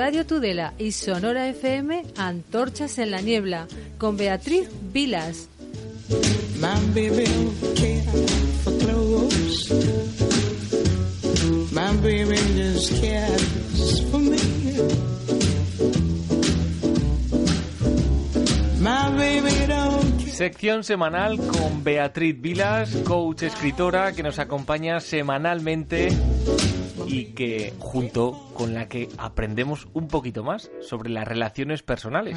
Radio Tudela y Sonora FM, Antorchas en la Niebla, con Beatriz Vilas. My baby don't care for clothes. My baby just cares for me. My baby don't care. Sección semanal con Beatriz Vilas, coach escritora que nos acompaña semanalmente y que junto con la que aprendemos un poquito más sobre las relaciones personales.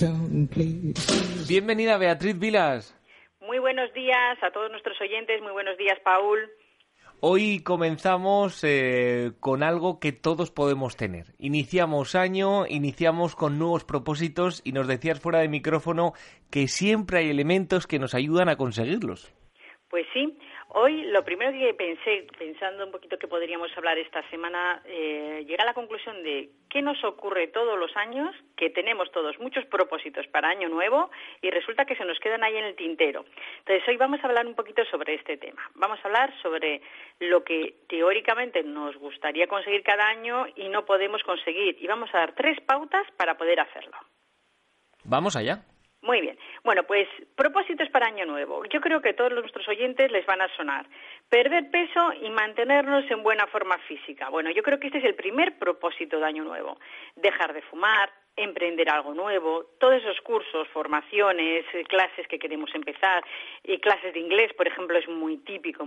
Bienvenida, Beatriz Vilas. Muy buenos días a todos nuestros oyentes, muy buenos días, Paul. Hoy comenzamos con algo que todos podemos tener. Iniciamos año, iniciamos con nuevos propósitos y nos decías fuera de micrófono que siempre hay elementos que nos ayudan a conseguirlos. Pues sí, hoy lo primero que pensando un poquito que podríamos hablar esta semana, llegué a la conclusión de qué nos ocurre todos los años, que tenemos todos muchos propósitos para Año Nuevo y resulta que se nos quedan ahí en el tintero. Entonces hoy vamos a hablar un poquito sobre este tema. Vamos a hablar sobre lo que teóricamente nos gustaría conseguir cada año y no podemos conseguir. Y vamos a dar 3 pautas para poder hacerlo. Vamos allá. Muy bien. Bueno, pues propósitos para Año Nuevo. Yo creo que a todos nuestros oyentes les van a sonar. Perder peso y mantenernos en buena forma física. Bueno, yo creo que este es el primer propósito de Año Nuevo. Dejar de fumar, emprender algo nuevo, todos esos cursos, formaciones, clases que queremos empezar, clases de inglés, por ejemplo, es muy típico.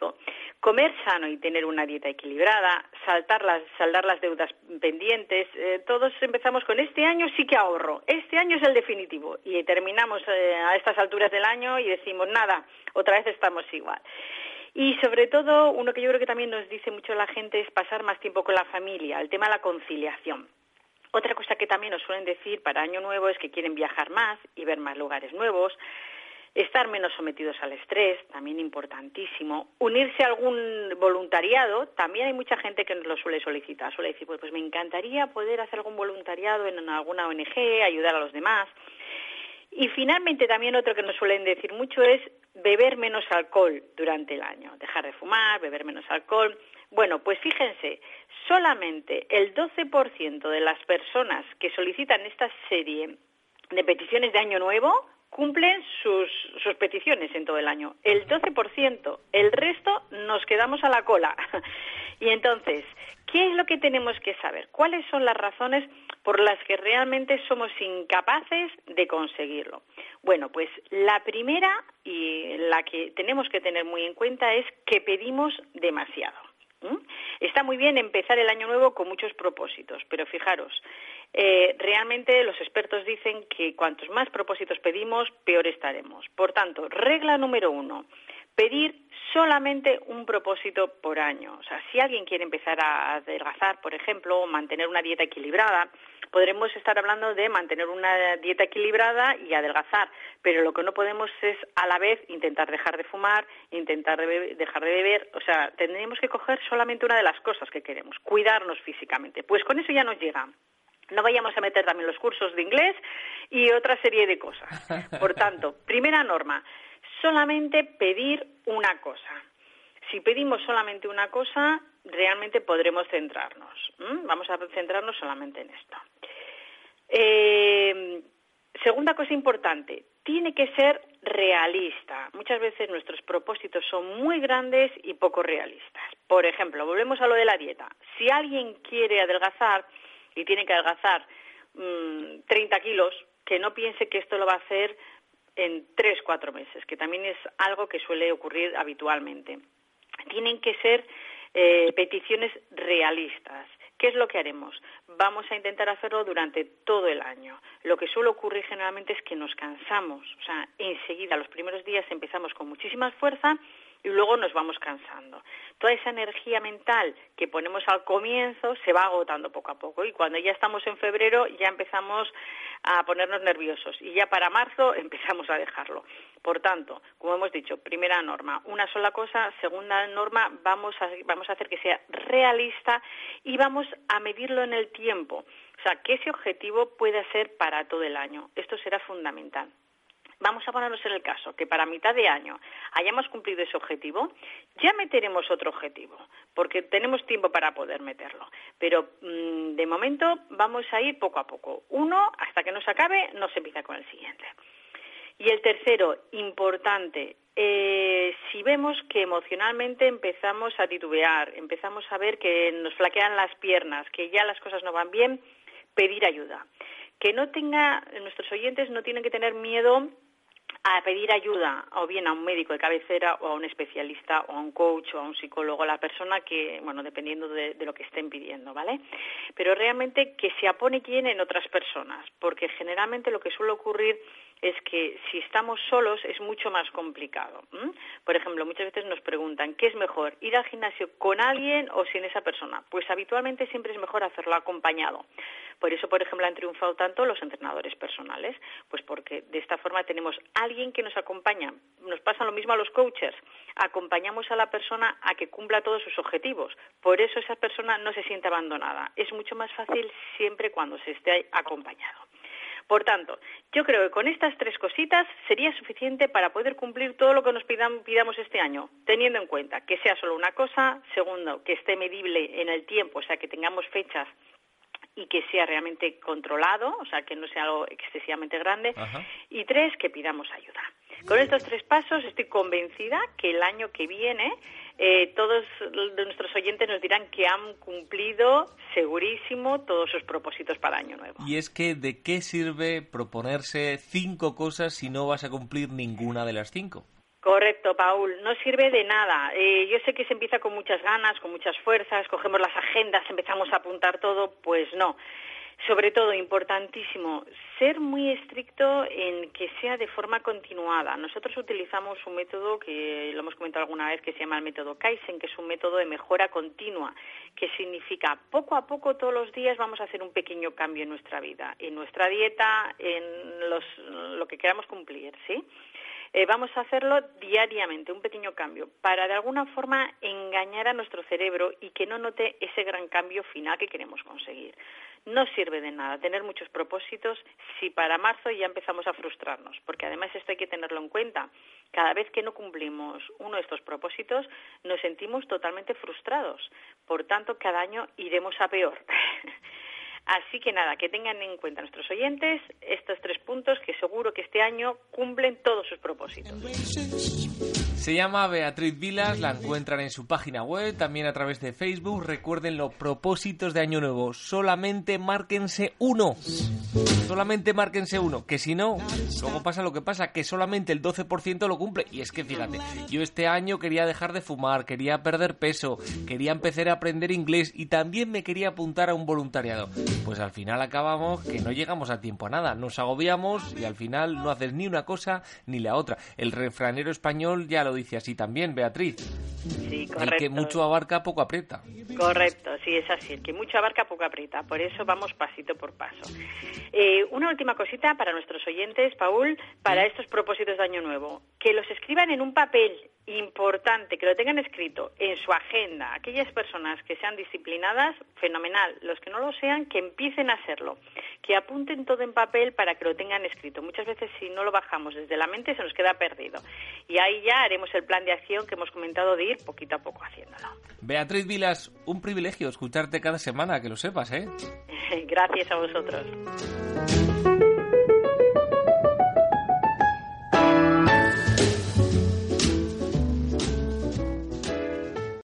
Comer sano y tener una dieta equilibrada, saldar las deudas pendientes, todos empezamos con este año sí que ahorro, este año es el definitivo y terminamos a estas alturas del año y decimos nada, otra vez estamos igual. Y sobre todo, uno que yo creo que también nos dice mucho la gente es pasar más tiempo con la familia, el tema de la conciliación. Otra cosa que también nos suelen decir para Año Nuevo es que quieren viajar más y ver más lugares nuevos, estar menos sometidos al estrés, también importantísimo, unirse a algún voluntariado, también hay mucha gente que nos lo suele solicitar, suele decir, pues me encantaría poder hacer algún voluntariado en alguna ONG, ayudar a los demás. Y finalmente también otro que nos suelen decir mucho es beber menos alcohol durante el año, dejar de fumar, beber menos alcohol. Bueno, pues fíjense, solamente el 12% de las personas que solicitan esta serie de peticiones de Año Nuevo cumplen sus peticiones en todo el año. El 12%, el resto nos quedamos a la cola. Y entonces, ¿qué es lo que tenemos que saber? ¿Cuáles son las razones por las que realmente somos incapaces de conseguirlo? Bueno, pues la primera y la que tenemos que tener muy en cuenta es que pedimos demasiado. Está muy bien empezar el año nuevo con muchos propósitos, pero fijaros, realmente los expertos dicen que cuantos más propósitos pedimos, peor estaremos. Por tanto, regla número 1, pedir solamente un propósito por año. O sea, si alguien quiere empezar a adelgazar, por ejemplo, o mantener una dieta equilibrada, podremos estar hablando de mantener una dieta equilibrada y adelgazar, pero lo que no podemos es a la vez intentar dejar de fumar, intentar dejar de beber, o sea, tendríamos que coger solamente una de las cosas que queremos, cuidarnos físicamente. Pues con eso ya nos llega. No vayamos a meter también los cursos de inglés y otra serie de cosas. Por tanto, primera norma, solamente pedir una cosa. Si pedimos solamente una cosa, realmente podremos centrarnos. Vamos a centrarnos solamente en esto. Segunda cosa importante, tiene que ser realista. Muchas veces nuestros propósitos son muy grandes y poco realistas. Por ejemplo, volvemos a lo de la dieta. Si alguien quiere adelgazar y tiene que adelgazar 30 kilos, que no piense que esto lo va a hacer en 3-4 meses, que también es algo que suele ocurrir habitualmente. Tienen que ser peticiones realistas. ¿Qué es lo que haremos? Vamos a intentar hacerlo durante todo el año. Lo que suele ocurrir generalmente es que nos cansamos. O sea, enseguida, los primeros días empezamos con muchísima fuerza y luego nos vamos cansando. Toda esa energía mental que ponemos al comienzo se va agotando poco a poco y cuando ya estamos en febrero ya empezamos a ponernos nerviosos y ya para marzo empezamos a dejarlo. Por tanto, como hemos dicho, primera norma, una sola cosa. Segunda norma, vamos a hacer que sea realista y vamos a medirlo en el tiempo. O sea, que ese objetivo pueda ser para todo el año. Esto será fundamental. Vamos a ponernos en el caso que para mitad de año hayamos cumplido ese objetivo, ya meteremos otro objetivo, porque tenemos tiempo para poder meterlo. Pero de momento vamos a ir poco a poco. Uno, hasta que nos acabe, no se empieza con el siguiente. Y el tercero, importante, si vemos que emocionalmente empezamos a titubear, empezamos a ver que nos flaquean las piernas, que ya las cosas no van bien, pedir ayuda. Que nuestros oyentes no tienen que tener miedo a pedir ayuda, o bien a un médico de cabecera, o a un especialista, o a un coach, o a un psicólogo, a la persona que, bueno, dependiendo de lo que estén pidiendo, ¿vale? Pero realmente que se apoyen en otras personas, porque generalmente lo que suele ocurrir es que si estamos solos es mucho más complicado. Por ejemplo, muchas veces nos preguntan, ¿qué es mejor, ir al gimnasio con alguien o sin esa persona? Pues habitualmente siempre es mejor hacerlo acompañado. Por eso, por ejemplo, han triunfado tanto los entrenadores personales, pues porque de esta forma tenemos alguien que nos acompaña. Nos pasa lo mismo a los coaches. Acompañamos a la persona a que cumpla todos sus objetivos. Por eso esa persona no se siente abandonada. Es mucho más fácil siempre cuando se esté acompañado. Por tanto, yo creo que con estas 3 cositas sería suficiente para poder cumplir todo lo que nos pidamos este año, teniendo en cuenta que sea solo una cosa, segundo, que esté medible en el tiempo, o sea, que tengamos fechas y que sea realmente controlado, o sea, que no sea algo excesivamente grande, y 3, que pidamos ayuda. Con estos 3 pasos estoy convencida que el año que viene todos nuestros oyentes nos dirán que han cumplido segurísimo todos sus propósitos para Año Nuevo. Y es que, ¿de qué sirve proponerse 5 cosas si no vas a cumplir ninguna de las 5? Correcto, Paul, no sirve de nada. Yo sé que se empieza con muchas ganas, con muchas fuerzas, cogemos las agendas, empezamos a apuntar todo, pues no. Sobre todo, importantísimo, ser muy estricto en que sea de forma continuada. Nosotros utilizamos un método que lo hemos comentado alguna vez, que se llama el método Kaizen, que es un método de mejora continua, que significa poco a poco, todos los días vamos a hacer un pequeño cambio en nuestra vida, en nuestra dieta, en lo que queramos cumplir, ¿sí? Vamos a hacerlo diariamente, un pequeño cambio, para de alguna forma engañar a nuestro cerebro y que no note ese gran cambio final que queremos conseguir. No sirve de nada tener muchos propósitos si para marzo ya empezamos a frustrarnos, porque además esto hay que tenerlo en cuenta. Cada vez que no cumplimos uno de estos propósitos, nos sentimos totalmente frustrados. Por tanto, cada año iremos a peor. Así que nada, que tengan en cuenta nuestros oyentes estos 3 puntos que seguro que este año cumplen todos sus propósitos. Se llama Beatriz Vilas, la encuentran en su página web, también a través de Facebook. Recuerden los propósitos de Año Nuevo, solamente márquense uno. Solamente márquense uno, que si no, luego pasa lo que pasa, que solamente el 12% lo cumple. Y es que fíjate, yo este año quería dejar de fumar, quería perder peso, quería empezar a aprender inglés y también me quería apuntar a un voluntariado. Pues al final acabamos que no llegamos a tiempo a nada, nos agobiamos y al final no haces ni una cosa ni la otra. El refranero español ya lo dice así también, Beatriz. Sí, correcto. El que mucho abarca, poco aprieta. Correcto, sí, es así. El que mucho abarca, poco aprieta. Por eso vamos pasito por paso. Una última cosita para nuestros oyentes, Paul, para estos propósitos de Año Nuevo. Que los escriban en un papel importante, que lo tengan escrito en su agenda. Aquellas personas que sean disciplinadas, fenomenal. Los que no lo sean, que empiecen a hacerlo. Que apunten todo en papel para que lo tengan escrito. Muchas veces si no lo bajamos desde la mente se nos queda perdido. Y ahí ya haremos el plan de acción que hemos comentado de ir poquito a poco haciéndolo. Beatriz Vilas, un privilegio escucharte cada semana, que lo sepas, ¿eh? Gracias a vosotros.